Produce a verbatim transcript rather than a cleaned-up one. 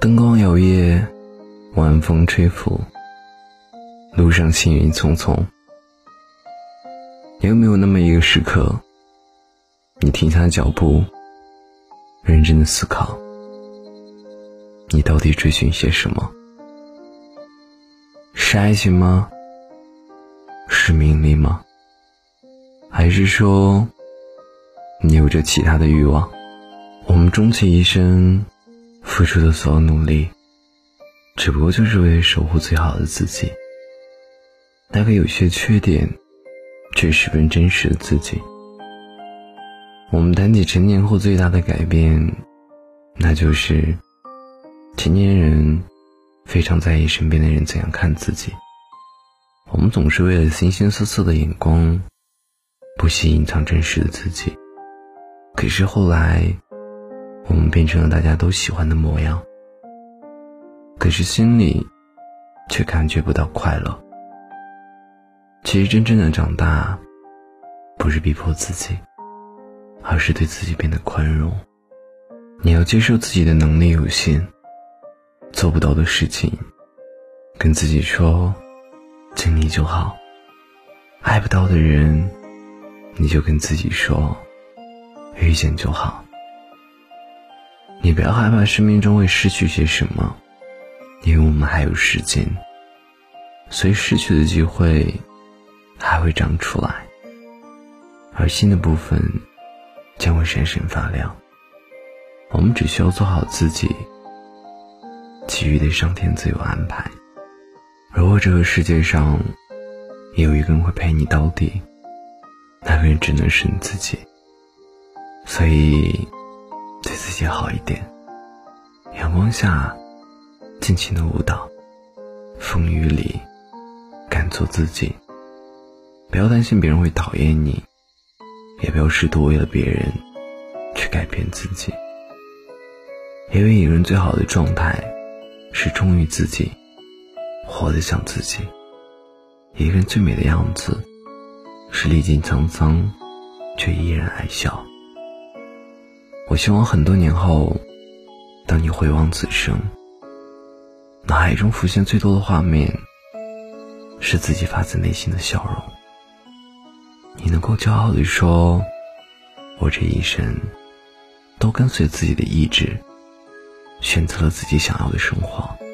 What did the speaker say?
灯光摇曳，晚风吹拂，路上行云匆匆。有没有那么一个时刻，你停下脚步，认真的思考，你到底追寻些什么？是爱情吗？是名利吗？还是说你有着其他的欲望？我们终其一生付出的所有努力，只不过就是为了守护最好的自己，那个有些缺点却十分真实的自己。我们谈起成年后最大的改变，那就是成年人非常在意身边的人怎样看自己。我们总是为了形形色色的眼光，不惜隐藏真实的自己。可是后来我们变成了大家都喜欢的模样，可是心里却感觉不到快乐。其实真正的长大，不是逼迫自己，而是对自己变得宽容。你要接受自己的能力有限，做不到的事情跟自己说尽力就好，爱不到的人你就跟自己说遇见就好。你不要害怕生命中会失去些什么，因为我们还有时间，所以失去的机会还会长出来，而新的部分将会闪闪发亮。我们只需要做好自己，其余的上天自有安排。如果这个世界上有一个人会陪你到底，那个人只能是你自己。所以对自己好一点，阳光下尽情的舞蹈，风雨里敢做自己。不要担心别人会讨厌你，也不要试图为了别人去改变自己。因为一个人最好的状态是忠于自己，活得像自己。一个人最美的样子是历尽沧桑却依然爱笑。我希望很多年后，当你回望此生，脑海中浮现最多的画面是自己发自内心的笑容。你能够骄傲地说，我这一生都跟随自己的意志，选择了自己想要的生活。